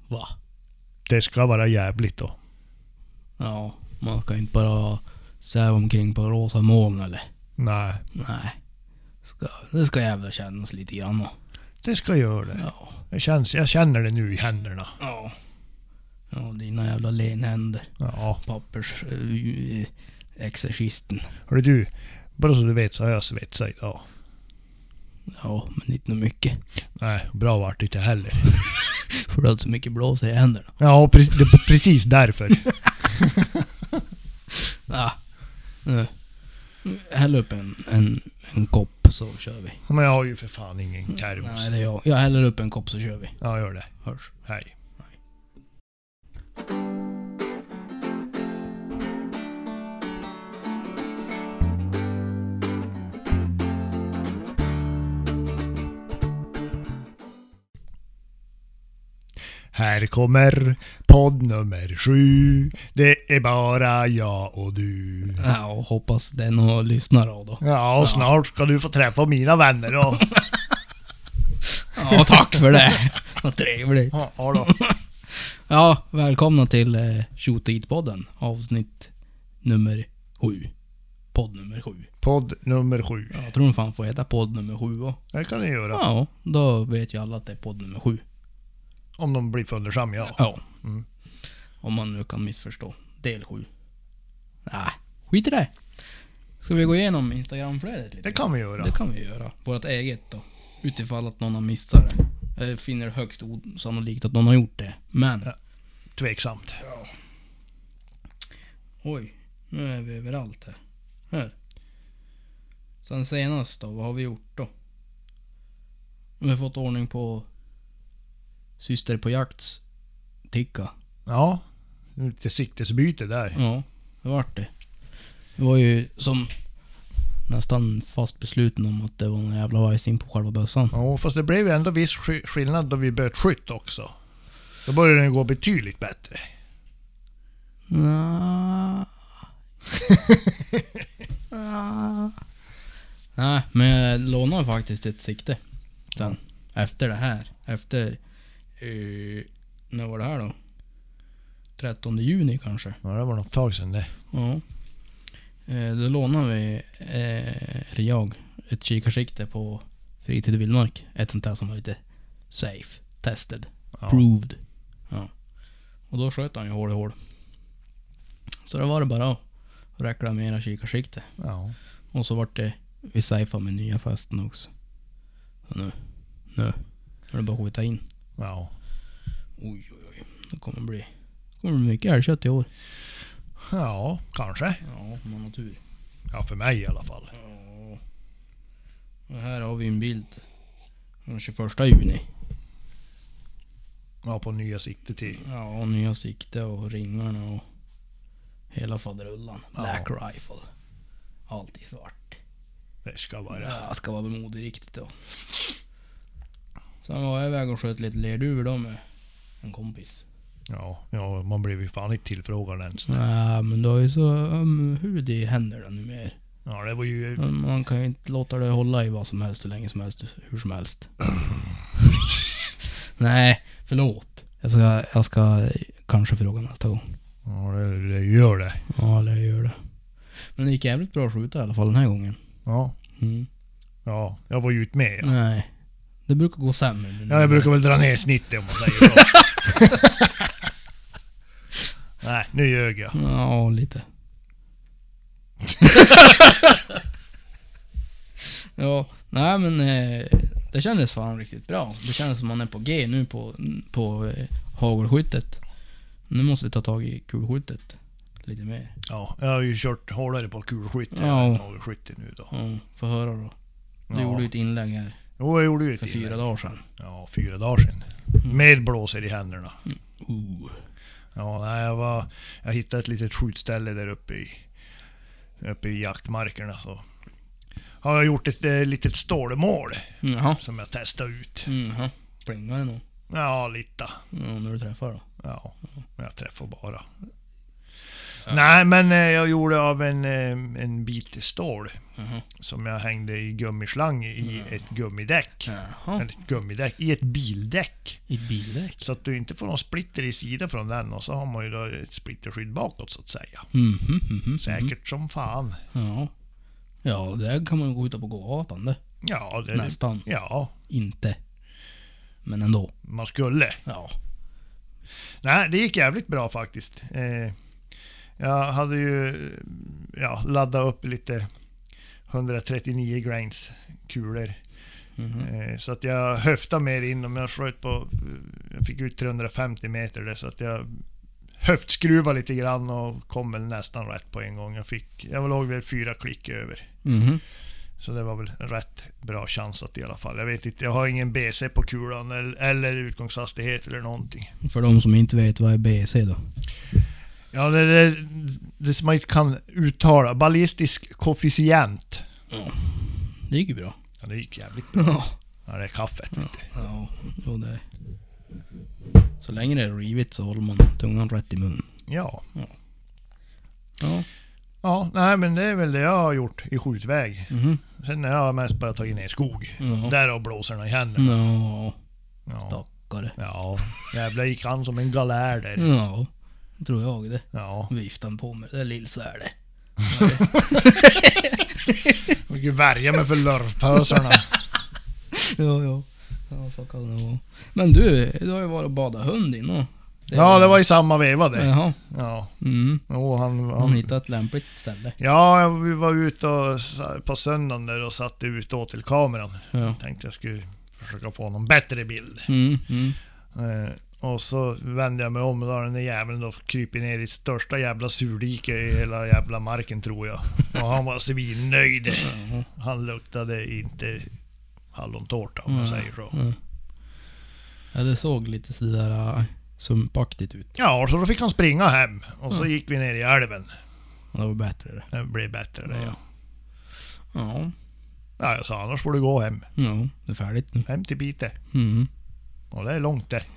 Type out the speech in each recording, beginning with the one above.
Va? Det ska vara jävligt då. Ja, man kan inte bara säga omkring på rosa moln eller? Nej, Nej. Det ska jävla kännas lite grann. det ska göra det. Ja. Jag känner det nu i händerna. Ja. Ja, dina jävla lenhänder. Ja. Pappers exorcisten. Hörru du, bara så du vet så har jag svetsat idag. Ja, men inte nog mycket. Nej, bra vart det inte heller. För du hade så mycket blås i händerna. Ja, precis därför. Ja. Nu. Häll upp en kopp så kör vi. Men jag har ju för fan ingen termos. Nej, det är jag. Jag häller upp en kopp så kör vi. Ja, gör det. Hörs. Hej. Här kommer podd nummer 7. Det är bara jag och du. Ja, och hoppas det är några lyssnare av då. Ja, och snart ska du få träffa mina vänner då. Ja, tack för det. Vad trevligt. Ja, då. Ja, välkomna till Shoot Eat-podden. Avsnitt nummer 7. Podd nummer 7. Podd nummer 7. Jag tror fan får heta podd nummer 7 va? Det kan ni göra. Ja, då vet ju alla att det är podd nummer 7. Om de blir fundersam, ja. Ja. Mm. Om man nu kan missförstå. Del 7. Nej, skit i det. Ska vi gå igenom Instagramflödet lite? Det kan vi göra. Det kan vi göra. Vårt eget då. Utifall att någon har missat det. Jag finner det högst osannolikt att någon har gjort det. Men... Ja. Tveksamt. Ja. Oj, nu är vi överallt här. Här. Sen senast då, vad har vi gjort då? Vi har fått ordning på Syster på jakts ticka. Ja, lite siktesbyte där. Ja, det vart det. Det var ju som nästan fast besluten om att det var en jävla vajsing på själva bössan. Ja, fast det blev ju ändå viss skillnad då vi började skytt också. Då började den gå betydligt bättre. Nej, men jag lånade faktiskt ett sikte sen. Efter det här. Efter när var det här då? 13 juni kanske. Ja, det var något tag sedan det. Ja. Då lånade vi eller jag ett kikarsikte på Fritid i Vildmark. Ett sånt där som var lite safe, tested, proved. Ja. Och då sköt han ju hål i hål. Så det var det bara att reklamera kikarsikte. Ja. Och så vart det vi safeade med nya fästen också. Så nu är det bara att skjuta in. Ja. Oj. Det kommer bli mycket älgkött i år. Ja, kanske. Ja, om man har tur. Ja, för mig i alla fall. Ja. Och här har vi en bild den 21 juni. Ja, på nya sikte till. Ja, och nya sikte och ringarna och hela faderullan. Black rifle. Allt i svart. Det ska vara. Ja, ska vara moderiktigt då. Sen var jag iväg och sköt lite lerduvor då med en kompis. Ja, man blev ju fan inte tillfrågad ens. Nej, men du har ju så hud i händerna nu mer. Ja, det var ju... Man kan ju inte låta det hålla i vad som helst hur länge som helst, hur som helst. Nej, förlåt. Jag ska kanske fråga nästa gång. Ja, det gör det. Ja, det gör det. Men det gick jävligt bra att skjuta i alla fall den här gången. Ja. Mm. Ja, jag var ju ut med. Ja. Nej, det brukar gå sämre. Ja, jag brukar väl dra ner snittet om man säger så. Nej, nu ljög jag. Ja, lite. Ja, nej men det kändes fan riktigt bra. Det kändes som man är på G nu på hagelskyttet. Nu måste vi ta tag i kulskyttet lite mer. Ja, jag har ju kört hårdare på kulskytte Ja. än hagelskytte nu då. Ja, få höra då. Du gjorde ju ett inlägg här Jo, jag gjorde ju för ett 4 inlägg. dagar sedan. Ja, 4 dagar sedan. Med blåser i händerna. Ja, nej, jag hittade ett litet skjutställe där uppe i jaktmarkerna, så har jag gjort ett litet stålmål. Jaha. Som jag testade ut. Jaha. Plingar det nog? Ja, lite. Ja, när du träffar då. Ja, men jag träffar bara. Nej, men jag gjorde av en bit stål som jag hängde i gummislang i ett gummidäck. Eller ett gummidäck, i ett bildäck. I ett bildäck? Så att du inte får någon splitter i sidan från den, och så har man ju då ett splitterskydd bakåt så att säga. Säkert som fan. Ja, det kan man gå ut på gågatan det. Ja, det nästan. Ja. Inte. Men ändå. Man skulle. Ja. Nej, det gick jävligt bra faktiskt. Jag hade ju laddat upp lite 139 grains kulor. Så att jag höftade mer in, och jag fick ut 350 meter där, så att jag höftskruva lite grann och kom väl nästan rätt på en gång. Jag låg väl 4 klick över. Så det var väl en rätt bra chans att i alla fall. Jag vet inte, jag har ingen BC på kulan eller utgångshastighet eller någonting. För de som inte vet, vad är BC då? Ja, det som man inte kan uttala. Ballistisk koefficient. Ja, det gick ju bra. Ja, det gick jävligt bra. Ja, det är kaffet. Ja, jo, det är. Så länge det är rivigt så håller man tungan rätt i munnen. Ja. Ja, nej, men det är väl det jag har gjort i skjutväg. Sen har jag mest bara tagit ner skog. Där har blåserna i händerna. Stackare. Ja, jävla gick han som en galär där. Ja, tror jag det. Ja. Viftan på med det lillsvärde. Jag fick ju värja mig för lörvpösarna. Ja, så kan det vara. Men du har ju varit och badat hund innan. Ja, det var i samma veva det. Jaha. Ja. Han hittade ett lämpligt ställe. Ja, vi var ute på söndagen där och satte ut åtelkameran. Tänkte jag skulle försöka få någon bättre bild. Och så vände jag mig om, och då den där jäveln då kryper ner i största jävla surdike i hela jävla marken, tror jag. Och han var svinnöjd. Han luktade inte hallontårta, om jag säger så. Ja, det såg lite sådär sumpaktigt ut. Ja, så då fick han springa hem. Och så gick vi ner i älven. Och det var bättre det. Det blev bättre det, ja. Ja, jag sa, annars får du gå hem. Ja, det är färdigt nu. Hem till Pite. Och det är långt det.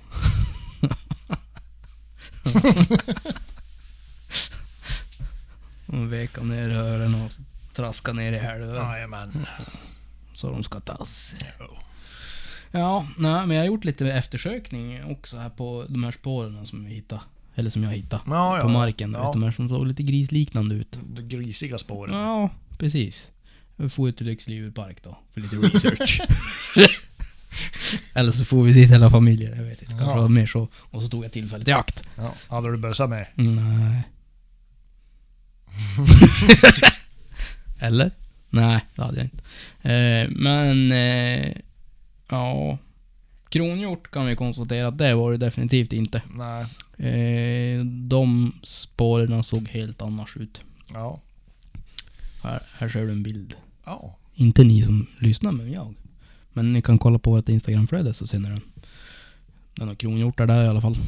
Och veka ner öronen och traska ner i älven. Jajamän. Så de ska tas. Ja, nej, men jag har gjort lite eftersökning också här på de här spåren som vi hittade. Eller som jag hittade på marken. Vet, de här som såg lite grisliknande ut. De grisiga spåren. Ja, precis. Vi får ut till Lycksele djurpark då, för lite research. Eller så får vi dit hela familjen, jag vet inte. Kanske var mer så. Och så tog jag tillfället i akt. Ja, hade du bössa med? Nej. Eller? Nej, det hade jag inte. Ja, kronhjort kan vi konstatera att det var det definitivt inte. Nej. De spåren såg helt annars ut. Ja. Här ser du en bild. Ja. Inte ni som lyssnar, men jag. Men ni kan kolla på vårt Instagram-flöde så ser ni den. Den har kronhjortar där i alla fall.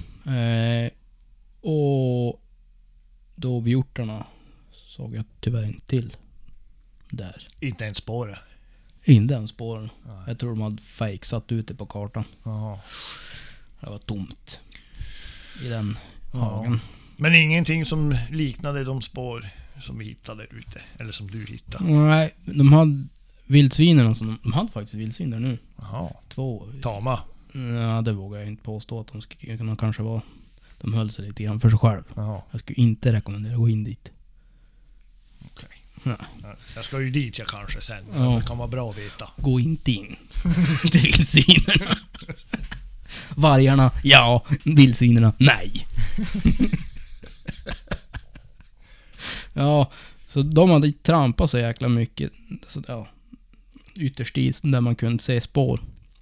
Och då hjortarna såg jag tyvärr inte till där. Inte ens spåret. Inte ens spåren. Nej. Jag tror de hade fejksatt ut det på kartan. Ja. Det var tomt i den hagen. Men ingenting som liknade de spår som vi hittade där ute. Eller som du hittade. Nej, de hade vildsvinerna som de hade faktiskt vildsvin där nu. Jaha. 2. Tama. Ja, det vågar jag inte påstå att de skulle kunna kanske vara. De höll sig lite grann för sig själv. Jaha. Jag skulle inte rekommendera att gå in dit. Okej. Ja. Jag ska ju dit jag kanske sen. Ja. Det kan vara bra att veta. Gå inte in till vildsvinerna. Vargarna, ja. Vildsvinerna, nej. Ja, så de hade trampat så jäkla mycket. Så, ja, ytterst där man kunde se spår.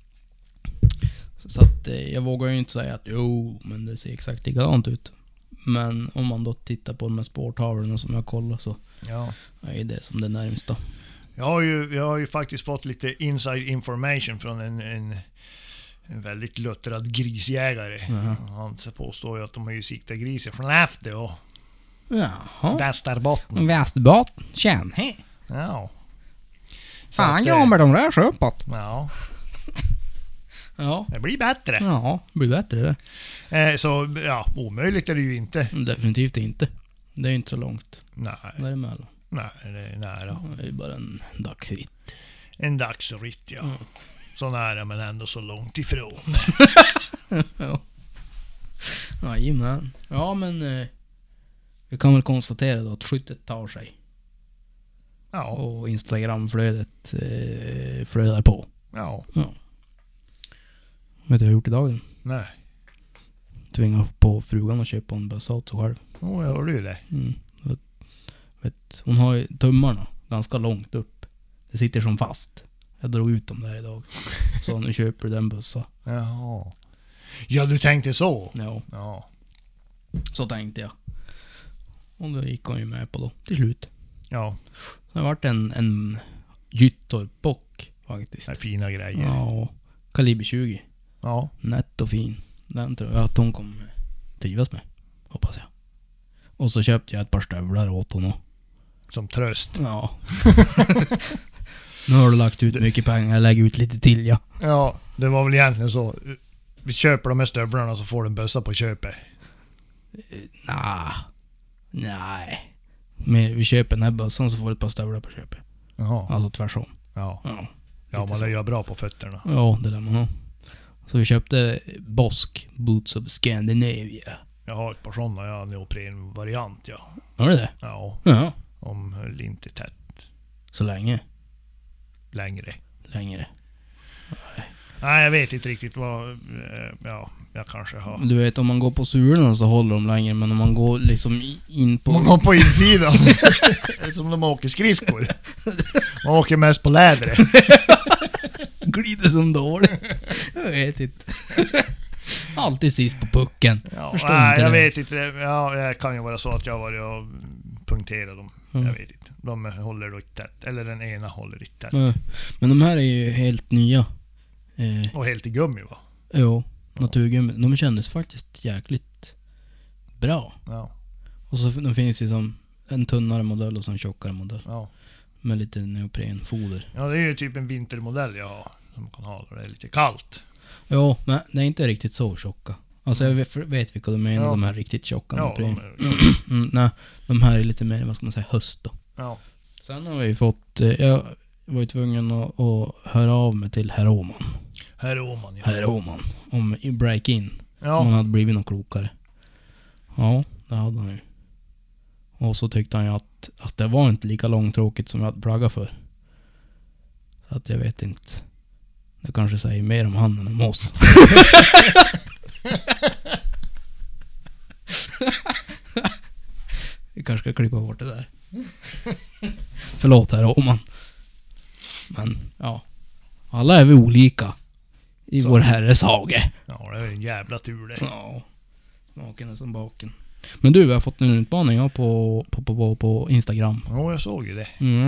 Så att jag vågar ju inte säga att jo, men det ser exakt likadant ut. Men om man då tittar på de här spårtavlorna som jag kollar så är det som det närmsta. Jag har ju faktiskt fått lite inside information från en väldigt luttrad grisjägare. Han påstår ju att de har ju siktat grisen från Läfte och Västerbotten. Västerbotten, känn he. Ja. Fan, jobbar de där köpat. Ja. Ja. Det blir bättre. Ja, det blir bättre det. Så ja, omöjligt är det ju inte. Definitivt inte. Det är inte så långt. Nej. Däremellan. Nej, det är nära. Det är ju bara en dagsritt. En dagsritt, ja. Så nära men ändå så långt ifrån. Ja. Jajamän. Ja, men vi kan väl konstatera då att skyttet tar sig. Ja. Och Instagramflödet flödar på. Ja. Vet du vad jag har gjort idag? Då? Nej. Tvinga på frugan att köpa en bössa åt sig själv. Jag hörde ju det. Hon har ju tummarna ganska långt upp. Det sitter som fast. Jag drog ut dem där idag. Så nu köper du den bössa. Jaha. Ja, du tänkte så? Ja. Så tänkte jag. Och då gick hon ju med på då, till slut. Ja. Det har varit en Gyttorp-bock faktiskt. Det är fina grejer. Ja, kaliber 20. Ja. Nätt och fin. Den tror jag att hon kommer trivas med. Hoppas jag. Och så köpte jag ett par stövlar åt honom. Som tröst. Ja. Nu har du lagt ut mycket pengar. Jag lägger ut lite till, ja. Ja, det var väl egentligen så. Vi köper de här stövlarna så får du en bössa på köpet. Nej. Men vi köper den här bössan så får du ett par stövlar på köpet. Jaha. Alltså tvärsom. Ja, man lär ju bra på fötterna. Ja, det lär man ha. Så vi köpte Bosk Boots of Scandinavia. Jag har ett par sådana, jag har neopren-variant, ja. Har du det? Ja. Jaha. Om höll inte tätt. Så länge? Längre. Nej, jag vet inte riktigt vad... Ja, jag kanske har... Du vet, om man går på sulorna så håller de längre. Men om man går liksom in på... Man går på insidan. Det är som de åker skridskor. Man åker mest på lädret. Glider som dåligt. Jag vet inte. Alltid sist på pucken. Ja, nej, jag vet inte. Ja, det kan ju vara så att jag var och punkterade dem. Jag vet inte. De håller då inte tätt. Eller den ena håller inte tätt. Men de här är ju helt nya. Och helt i gummi, va? Jo, naturgummi. De kändes faktiskt jäkligt bra. Ja. Och så de finns ju som en tunnare modell och så en tjockare modell. Ja. Med lite neoprenfoder. Ja, det är ju typ en vintermodell jag har. Som man kan ha när det är lite kallt. Jo, men det är inte riktigt så tjocka. Alltså jag vet vilka du menar, de här riktigt tjocka neopren. Nej, de här är lite mer, vad ska man säga, höst då. Ja. Sen har vi fått, jag var ju tvungen att höra av mig till Herr Åman. Herr Åman. Om break-in. Ja. Om han hade blivit något klokare. Ja, det hade han ju. Och så tyckte han ju att det var inte lika långtråkigt som jag hade plaggat för. Så att jag vet inte. Det kanske säger mer om han än om oss. Vi kanske ska klippa bort det där. Förlåt Herr Åman. Men ja, alla är vi olika i så. Vår herres hage. Ja, det är en jävla tur det. Ja, smaken är som baken. Men du, vi har fått en utmaning på Instagram. Ja, jag såg ju det.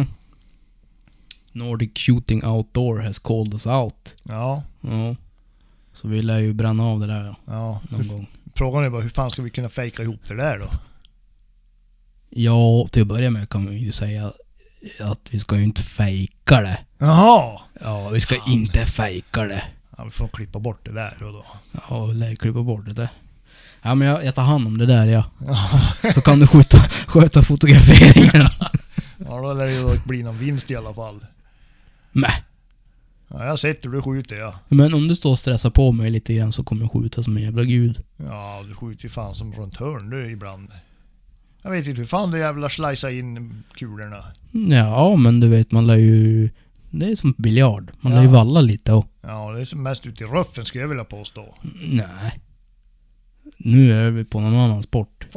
Nordic Shooting Outdoor has called us out. Ja. Så vi lär ju bränna av det där någon gång. Frågan är bara, hur fan ska vi kunna fejka ihop det där då? Ja, till att börja med kan vi ju säga att vi ska ju inte fejka det. Jaha! Ja, vi ska inte fejka det. Ja, vi får klippa bort det där då. Ja, vi lär klippa bort det där. Ja, men jag tar hand om det där, ja. Så kan du sköta fotograferingen. Ja, då lär det ju bli någon vinst i alla fall. Nej. Ja, jag har sett hur du skjuter, ja. Men om du står och stressar på mig lite grann så kommer jag skjuta som en jävla gud. Ja, du skjuter ju fan som runt hörn du ibland. Jag vet inte hur fan du jävla slicea in kulorna. Ja, men du vet, man lär ju... Det är som biljard. Man lär ju valla lite och... Ja, det är som mest ute i ruffen ska jag vilja påstå. Nej. Nu är vi på någon annan sport.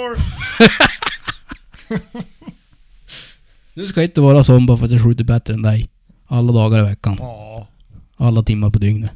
Du ska inte vara sån bara för att jag skjuter bättre än dig. Alla dagar i veckan. Ja. Alla timmar på dygnet.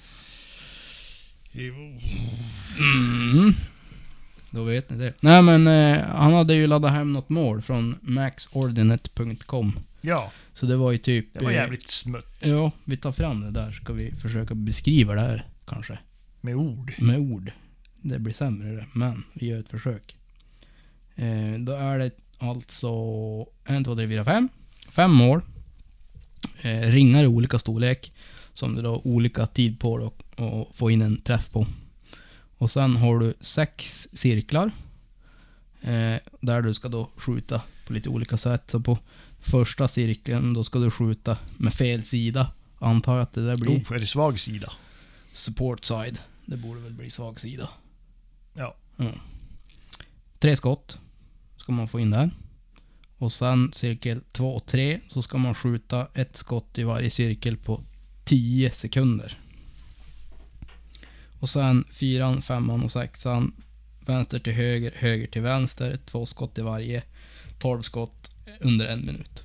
Då vet ni det. Nej, men han hade ju laddat hem något mål från maxordinate.com. Ja. Så det var ju typ... Det var jävligt smutt. Ja, vi tar fram det där. Ska vi försöka beskriva det här kanske? Med ord. Med ord. Det blir sämre det, men vi gör ett försök. Då är det alltså 1, 2, 3, 4, 5. 5 mål. Ringar i olika storlek. Som du då har olika tid på då, att få in en träff på. Och sen har du 6 cirklar. Där du ska då skjuta på lite olika sätt. Så på första cirkeln då ska du skjuta med fel sida. Antar jag att det där blir är det svag sida? support side. Det borde väl bli svag sida. Ja. 3 skott ska man få in där. Och sen cirkel 2 och 3 så ska man skjuta ett skott i varje cirkel på 10 sekunder. Och sen 4, 5 och 6, vänster till höger, höger till vänster, 2 skott i varje, 12 skott under 1 minut.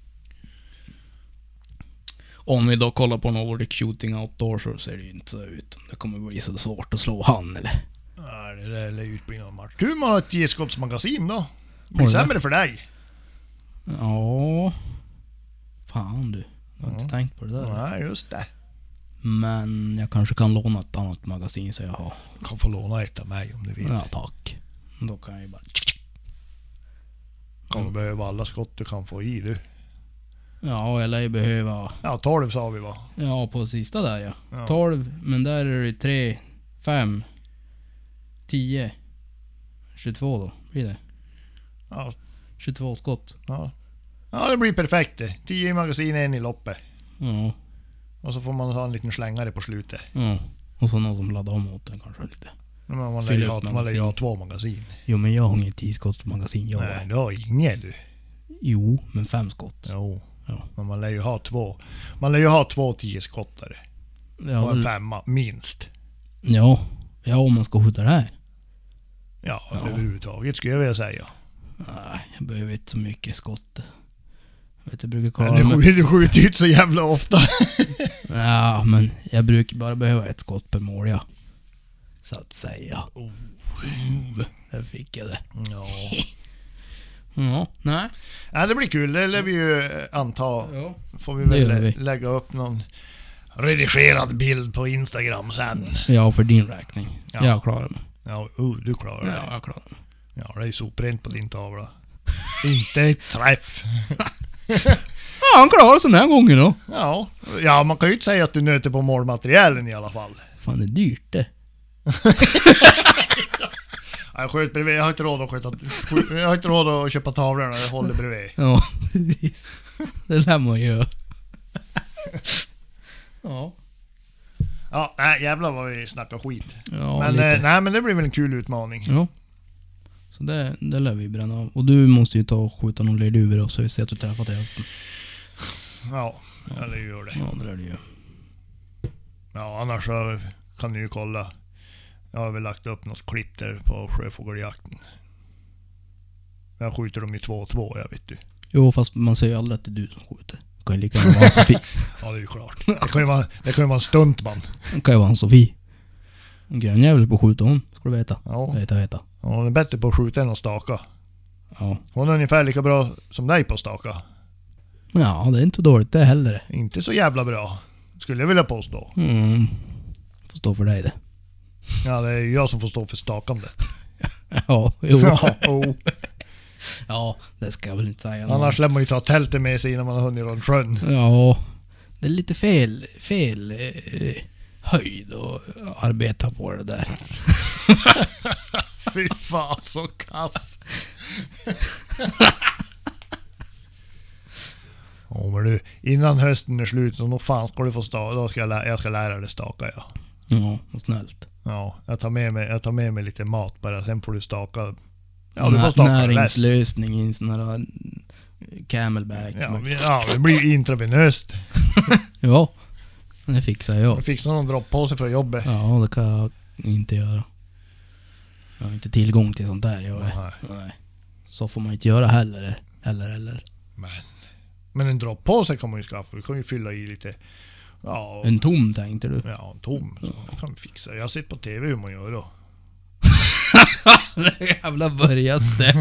Om vi då kollar på Nordic Shooting Outdoor så ser det ju inte så ut. Det kommer bli så svårt att slå han eller? Nej, det där lär ut på någon match. Tur man har ett 10-skottsmagasin då. Det blir sämre för dig. Ja. Fan du. Jag har inte tänkt på det där. Nej, just det. Men jag kanske kan låna ett annat magasin så jag har. Du kan få låna ett av mig om du vill. Ja, tack. Då kan jag ju bara. Kan du behöva alla skott du kan få i du. Ja, eller jag behöver. Ja, 12 sa vi va? Ja, på sista där ja. Ja. 12, men där är det 3, 5, 10, 22 då. Blir det? Ja. 22 skott. Ja. Ja, det blir perfekt det. 10 i magasin, 1 i loppet. Ja. Och så får man ha en liten slängare på slutet. Ja. Och så någon som laddar om åt den kanske lite. Men man Fyll lär ju ha 2 magasin. Jo, men jag har inget 10-skottsmagasin. Nej, du har inget du. Jo, men 5 skott. Jo. Ja. Men man lär ju ha 2. Man lär ju ha 2 10-skottare. Ja, och en 5 minst. Ja, om man ska skjuta det här. Ja, överhuvudtaget skulle jag vilja säga. Nej, jag behöver inte så mycket skott. Jag vet, jag brukar klara men du skjuter ju inte så jävla ofta. Ja, men jag brukar bara behöva ett skott per mål, ja. Så att säga. Där fick jag det. Ja. Ja, nej. Ja, det blir kul. Det lär vi ju anta. Ja. Får vi väl lägga upp någon redigerad bild på Instagram sen. Ja, för din räkning. Ja. Jag klarar mig. Ja, du klarar det. Ja, jag klarar mig. Ja, det är ju soprent på din tavla. Inte ett träff. Ja, han klarar sig den här gången då. Ja, man kan ju inte säga att du nöter på målmaterialen i alla fall. Fan, det är dyrt det. Jag sköt bredvid. Jag har inte råd att köpa tavlorna. Jag håller bredvid. Ja, precis. Det lär man göra. Ja. Ja, nej, jävlar vad vi snackar skit. Ja, men det blir väl en kul utmaning. Ja. Så det lär vi bränna av. Och du måste ju ta och skjuta någon lerduvor och så vi ser att du träffar till hösten. Ja, det gör det. Ja, det lär du ju. Ja, annars så kan du ju kolla. Jag har väl lagt upp något klipp där på sjöfågeljakten. Jag skjuter dem i 2-2, jag vet du. Jo, fast man säger ju aldrig att det är du som skjuter. Det kan ju lika gärna vara en Sofie. Ja, det är ju klart. Det kan ju vara en stuntman. Det kan ju vara en Sofie. En grön jävel på att skjuta hon, ska du veta. Ja. Veta. Ja, hon är bättre på att skjuta än att staka. Ja. Hon är ungefär lika bra som dig på att staka. Ja, det är inte så dåligt det heller. Inte så jävla bra, skulle jag vilja påstå. Får stå för dig det. Ja, det är ju jag som får stå för stakandet. Ja, jo. Ja, Ja, det ska jag väl inte säga. Annars lär man ju ta tältet med sig innan man har hunnit runt sjön. Ja, det är lite fel höjd att arbeta på det där. Fy fan så kass. Men du, innan hösten är slut så nog fan ska du få staka. Då ska jag ska lära dig staka, ja. Ja, vad snällt. Ja, jag tar med mig lite mat bara, sen får du staka. Ja, du får staka näringslösning i en sån här camelback. Ja, det blir ju intravenöst. Ja, det fixar jag. Du fixar någon dropp på sig från jobbet. Ja, det kan jag inte göra. Jag har inte tillgång till sånt där. Nej. Så får man inte göra heller. Men en dropp på sig kan man ju skaffa. Du kan ju fylla i lite. Ja, en tom tänkte du? Ja, en tom. Så kan vi fixa. Jag har sett på TV hur man gör då. Det jävla börjas det.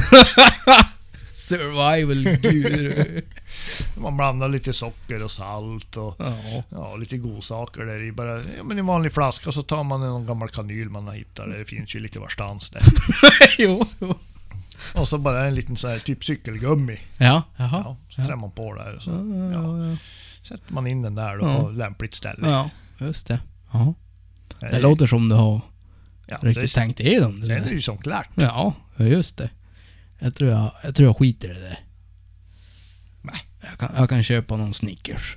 Survival guru. Man blandar lite socker och salt och lite godsaker där i. Bara, men i en vanlig flaska så tar man en gammal kanyl man har hittat. Det finns ju lite varstans där. Jo. Och så bara en liten så här typ cykelgummi. Ja, så trär man på där. Och så, sätter man in den där då på lämpligt ställe. Ja, just det. Ja. Det låter som du har Ja, riktigt tänkt igenom det. Den är ju som klart. Ja, just det. Jag tror jag skiter i det. Nej. Jag kan köpa någon Snickers.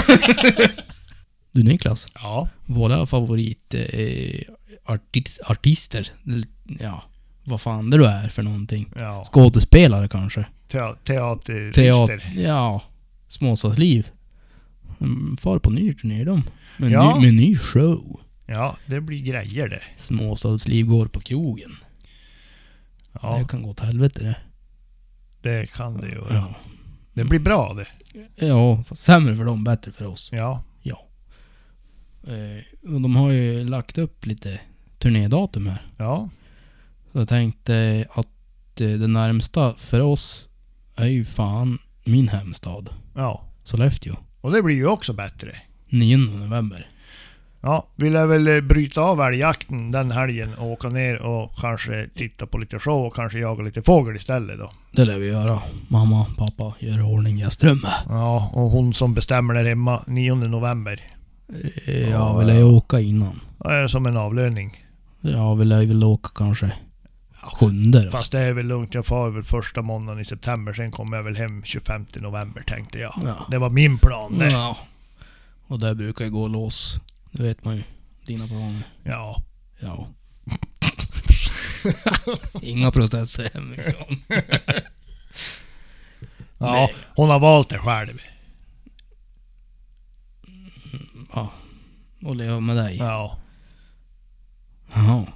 Du Niklas? Ja. Våra favorit artister. Ja, vad fan det du är för någonting. Ja. Skådespelare kanske. Teaterister. Ja, Småstadsliv. Far på ny turné de. Ja. Med ny show. Ja, det blir grejer det. Småstadsliv går på krogen. Ja. Det kan gå till helvete det. Det kan det göra. Ja. Det blir bra det. Ja, sämre för dem, bättre för oss. Ja. Ja. Och de har ju lagt upp lite turnédatum här. Ja. Så jag tänkte att det närmsta för oss är ju fan min hemstad. Ja. Sollefteå. Och det blir ju också bättre. 9 november. Ja, vi lär väl bryta av älgjakten den helgen och åka ner och kanske titta på lite show och kanske jaga lite fågel istället då. Det lär vi göra. Mamma, pappa gör i ordning gästrummet. Ja, och hon som bestämmer där hemma 9 november. Jag vill ju åka innan. Ja, som en avlöning. Jag vill åka kanske 7:e. Fast det är väl lugnt, jag far väl första måndagen i september, sen kommer jag väl hem 25 november tänkte jag. Ja. Det var min plan det. Ja. Och där brukar jag gå lås. Det vet man ju. Dina planer. Ja. Ja. Inga processer hemifrån. Ja, Nej. hon har valt det själv. Ja. Och leva med dig. Ja. Jaha.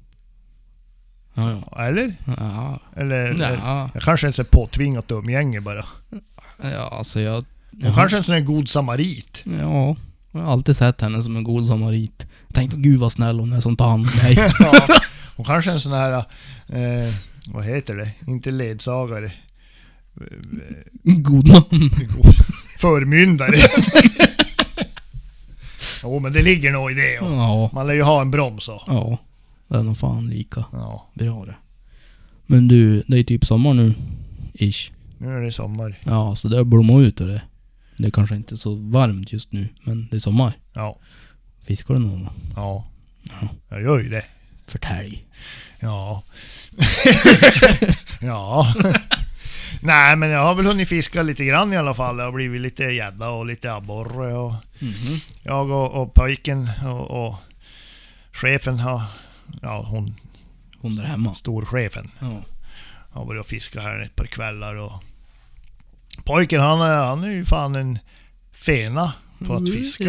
Ja. Eller? Ja. Eller Ja. jag kanske inte är påtvingat umgänge bara. Ja, alltså jag... Hon kanske är en sån här god samarit. Ja. Jag har alltid sett henne som en god samarit. Jag tänkte, gud vad snäll hon är som tar hand om mig. Ja. Hon kanske är en sån här... vad heter det? Inte ledsagare. God man. Förmyndare. Jo, men det ligger nog i det. Ja. Man lär ju ha en broms så. Ja. Det är nog fan lika Ja. bra det. Men du, det är typ sommar nu. Ish. Nu är det sommar. Ja, så det har blommat ut och det. Det är kanske inte så varmt just nu, men det är sommar. Ja. Fiskar du någon? Ja. Ja. Jag gör ju det. Förtälj. Ja. Ja. Nej, men jag har väl hunnit fiska lite grann i alla fall. Det har blivit lite gädda och lite abborre och jag och pojken och chefen har... Ja, Hon där hemma. storchefen Ja. har börjat fiska här ett par kvällar och pojken han är ju fan en fena på att fiska.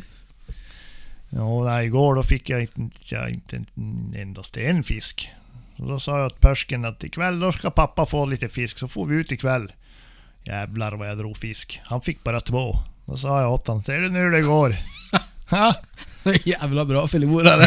Ja, nej, igår då fick jag inte endast en fisk. Så då sa jag till Persken att ikväll då ska pappa få lite fisk, så får vi ut ikväll. Jävlar vad jag drog fisk. Han fick bara 2. Då sa jag åt honom, ser du nu hur det går? Jävla bra förlorare.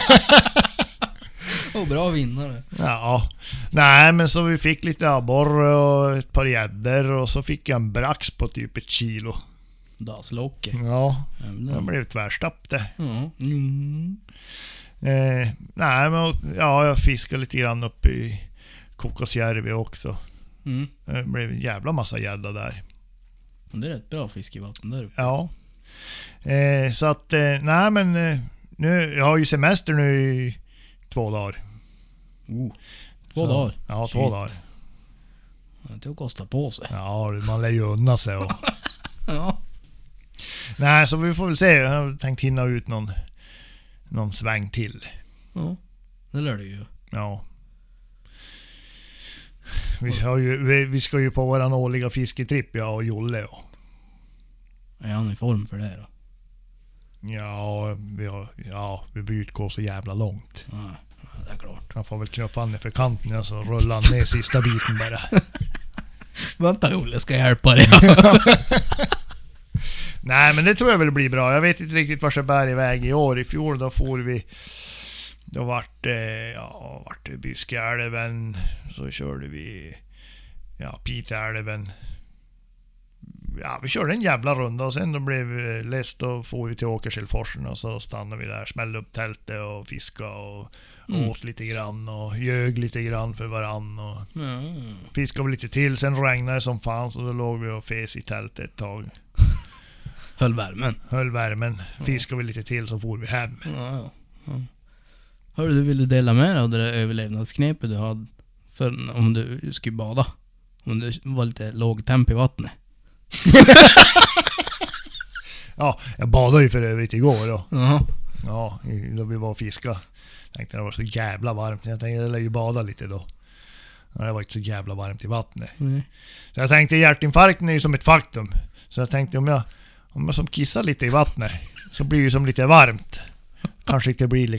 Och bra vinnare. Ja, nej men så vi fick lite abborre och ett par gäddor och så fick jag en brax på typ 1 kilo. Daslocke. Ja, Jävlar. det blev tvärstapp det. Ja. Mm. Nej men ja, jag fiskade lite grann uppe i Kokosjärvi också. Mm. Det blev en jävla massa gädda där. Det är rätt bra fiskevatten där uppe. Ja. Så att, nej men nu, jag har ju semester nu i 2 dagar. 2 dagar? Ja, 2 Shit. dagar. Det kostar på sig. Ja, man lär ju unna sig och... Ja. Nej, så vi får väl se. Jag har tänkt hinna ut någon sväng till. Ja, det lär du ju. Ja. Vi ska ju på våran årliga fisketripp, jag och Jolle. Och. Är han i form för det då? Ja, vi behöver inte gå så jävla långt. Ja, det är klart. Han får väl knuffa ner för kanten, ja, så rullar han ner sista biten bara. Vänta Olle, ska jag hjälpa dig? Nej, men det tror jag väl blir bra. Jag vet inte riktigt var det bär iväg i år. I fjol då får vi... Då vart det Byskeälven. Så körde vi... Ja, Piteälven. Ja, vi körde en jävla runda och sen då blev vi läst och får vi till Åkerselforsen och så stannade vi där, smällde upp tältet och fiska och åt lite grann och ljög lite grann för varann och fiskade vi lite till. Sen regnade det som fan så då låg vi och fes i tältet ett tag. Höll värmen. Fiskade vi lite till så får vi hem. Ja. Hörru, du ville dela med dig av det där överlevnadsknepet du hade för om du skulle bada. Om det var lite låg temp i vattnet. Ja, jag badade ju för övrigt igår då. Jaha. Ja, då vi var och fiska. Tänkte det var så jävla varmt. Jag tänkte jag lär ju bada lite då. Ja, det var inte så jävla varmt i vattnet. Så jag tänkte hjärtinfarkten är ju som ett faktum. Så jag tänkte om jag som kissar lite i vattnet så blir det som lite varmt. Kanske inte blir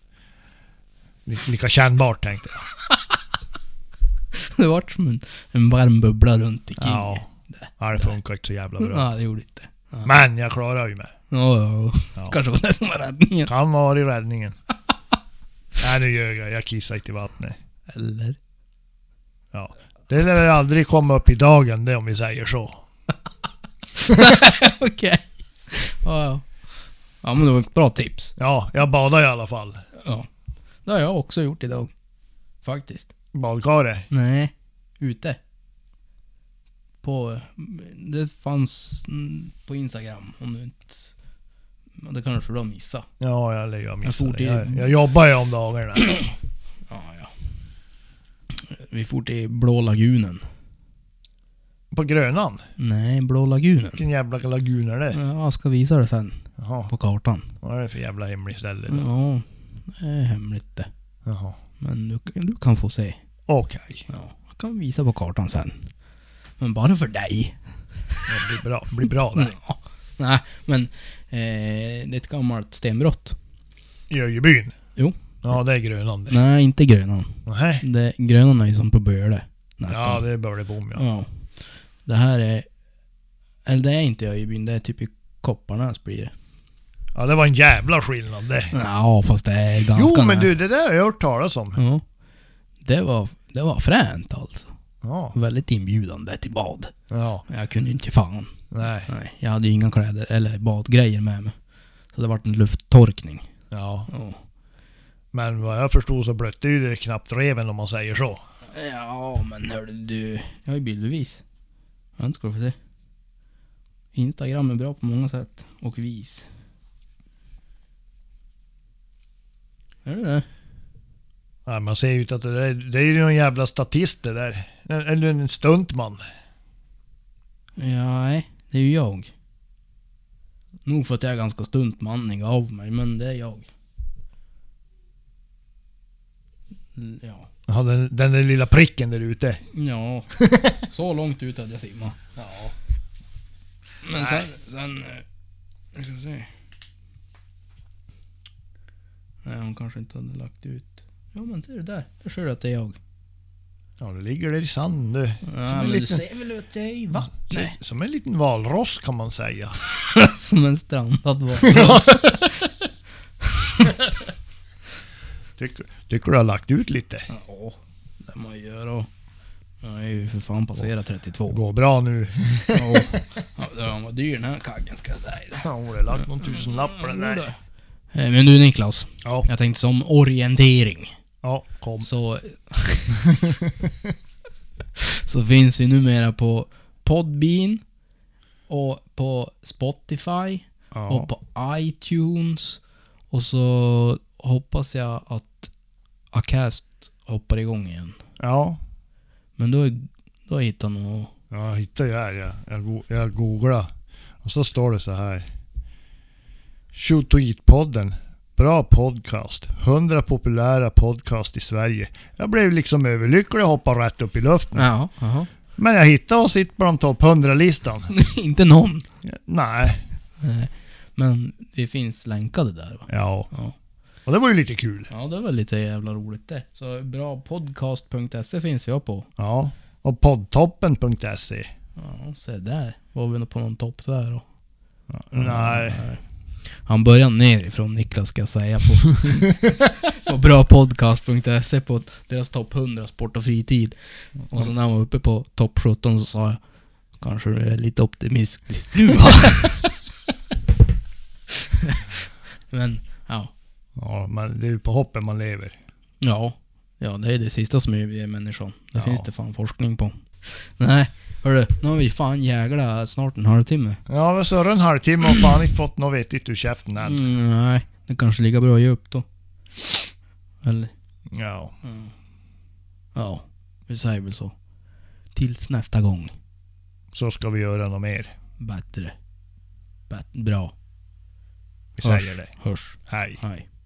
lika kännbart, tänkte jag. Det var som en varm bubbla runt i king. Ja, det funkar inte så jävla bra. Ja, det gjorde inte. Ja. Men jag klarar ju mig. Ja. Kanske var det som var räddningen. Kan vara i räddningen. Nej, nu ljög jag. Jag kissar inte i vattnet. Eller? Ja. Det lär aldrig komma upp i dagen, det om vi säger så. Okej. Ja, men det var ett bra tips. Ja, jag badar i alla fall. Ja. Det har jag också gjort idag. Faktiskt. Badkare? Nej, ute. Det fanns på Instagram om du inte... Det kanske du har missat. Ja, jag lägger missat. Jag jobbar ju om dagarna. Ja. Vi får till Blå lagunen. På Grönan? Nej, Blå lagunen. Vilken jävla lagun är det? Ja, jag ska visa det sen. Jaha. På kartan. Vad är det för jävla hemlig ställe då? Ja, det är hemligt det. Jaha. Men du kan få se. Okej. Ja, jag kan visa på kartan sen. Men bara för dig. Det blir bra det. Ja. Nej, men det är ett gammalt stenbrott. I Öjebyn? Jo. Ja, det är Grönan det. Nej, inte Grönan. Nej. Grönan är ju som på Böle. Nästan. Ja, det är Bölebom, ja. Det här är... Eller det är inte i Öjebyn, det är typ i Kopparnäs blir det. Ja, det var en jävla skillnad det. Ja, fast det är ganska... Jo, men du, det där har jag hört talas om. Ja. Det var fränt alltså. Ja. Väldigt inbjudande till bad. Ja. Jag kunde inte fan. Nej. Jag hade ju inga kläder eller badgrejer med mig. Så det var en lufttorkning. Ja. Men vad jag förstod så blötte ju det knappt reven om man säger så. Ja, men hörde du... Jag har ju bildbevis. Jag ska du få se. Instagram är bra på många sätt. Och vis. Är det det? Ja, man ser ju ut att det är ju någon jävla statist det där. Eller en stuntman. Ja, nej, det är ju jag. Nog för att jag är ganska stuntmannig av mig, men det är jag. Ja. Ja, den där lilla pricken där ute. Ja, så långt ut att jag simmar. Ja. Men sen jag ska se. Nej, hon kanske inte hade lagt ut. Ja, men ser du där. Där ser du att det är jag. Ja, det ligger där i sand du. Ja, men du ser väl ut det i vattnet. Som en liten valross kan man säga. Som en strandad valross. Tycker du har lagt ut lite? Ja, det man gör då. Jag är ju för fan passerat 32. Det går bra nu. Ja, den var dyr den här kaggen ska jag säga. Ja, hon har lagt någon tusenlapp på den där. Men du Niklas, ja. Jag tänkte som orientering. Ja, kom. Så finns vi numera på Podbean och på Spotify och på iTunes. Och så hoppas jag att Acast hoppar igång igen. Ja. Men då hittar nog... Ja, hittar jag här. Jag googlar. Och så står det så här. Shoot to Eat-podden. Bra podcast. 100 populära podcast i Sverige. Jag blev liksom överlycklig och hoppade rätt upp i luften. Ja, aha. Men jag hittade och sitter på de topp 100-listan. Inte någon. Nej. Men det finns länkade där va? Ja. Och det var ju lite kul. Ja, det var lite jävla roligt det. Så brapodcast.se finns vi på. Ja. Och poddtoppen.se. Ja, se där. Var vi nog på någon topp där då? Ja, nej. Han börjar nerifrån Niklas ska jag säga på brapodcast.se på deras topp 100 sport och fritid. Och så när han var uppe på topp 17 så sa jag kanske du är lite optimistisk nu va? Men ja. Ja, men det är ju på hoppen man lever. Ja, det är det sista som är människan. Det finns det fan forskning på. Nej, hörru, nu har vi fan jägla snart en halvtimme. Ja, men så en halvtimme och fan inte fått något vettigt ur käften än. Nej, det kanske ligger bra att ge upp då. Eller? Ja. Ja, vi säger väl så. Tills nästa gång. Så ska vi göra något mer. Bättre. Bra. Vi säger det. Hörs. Hej. Hej.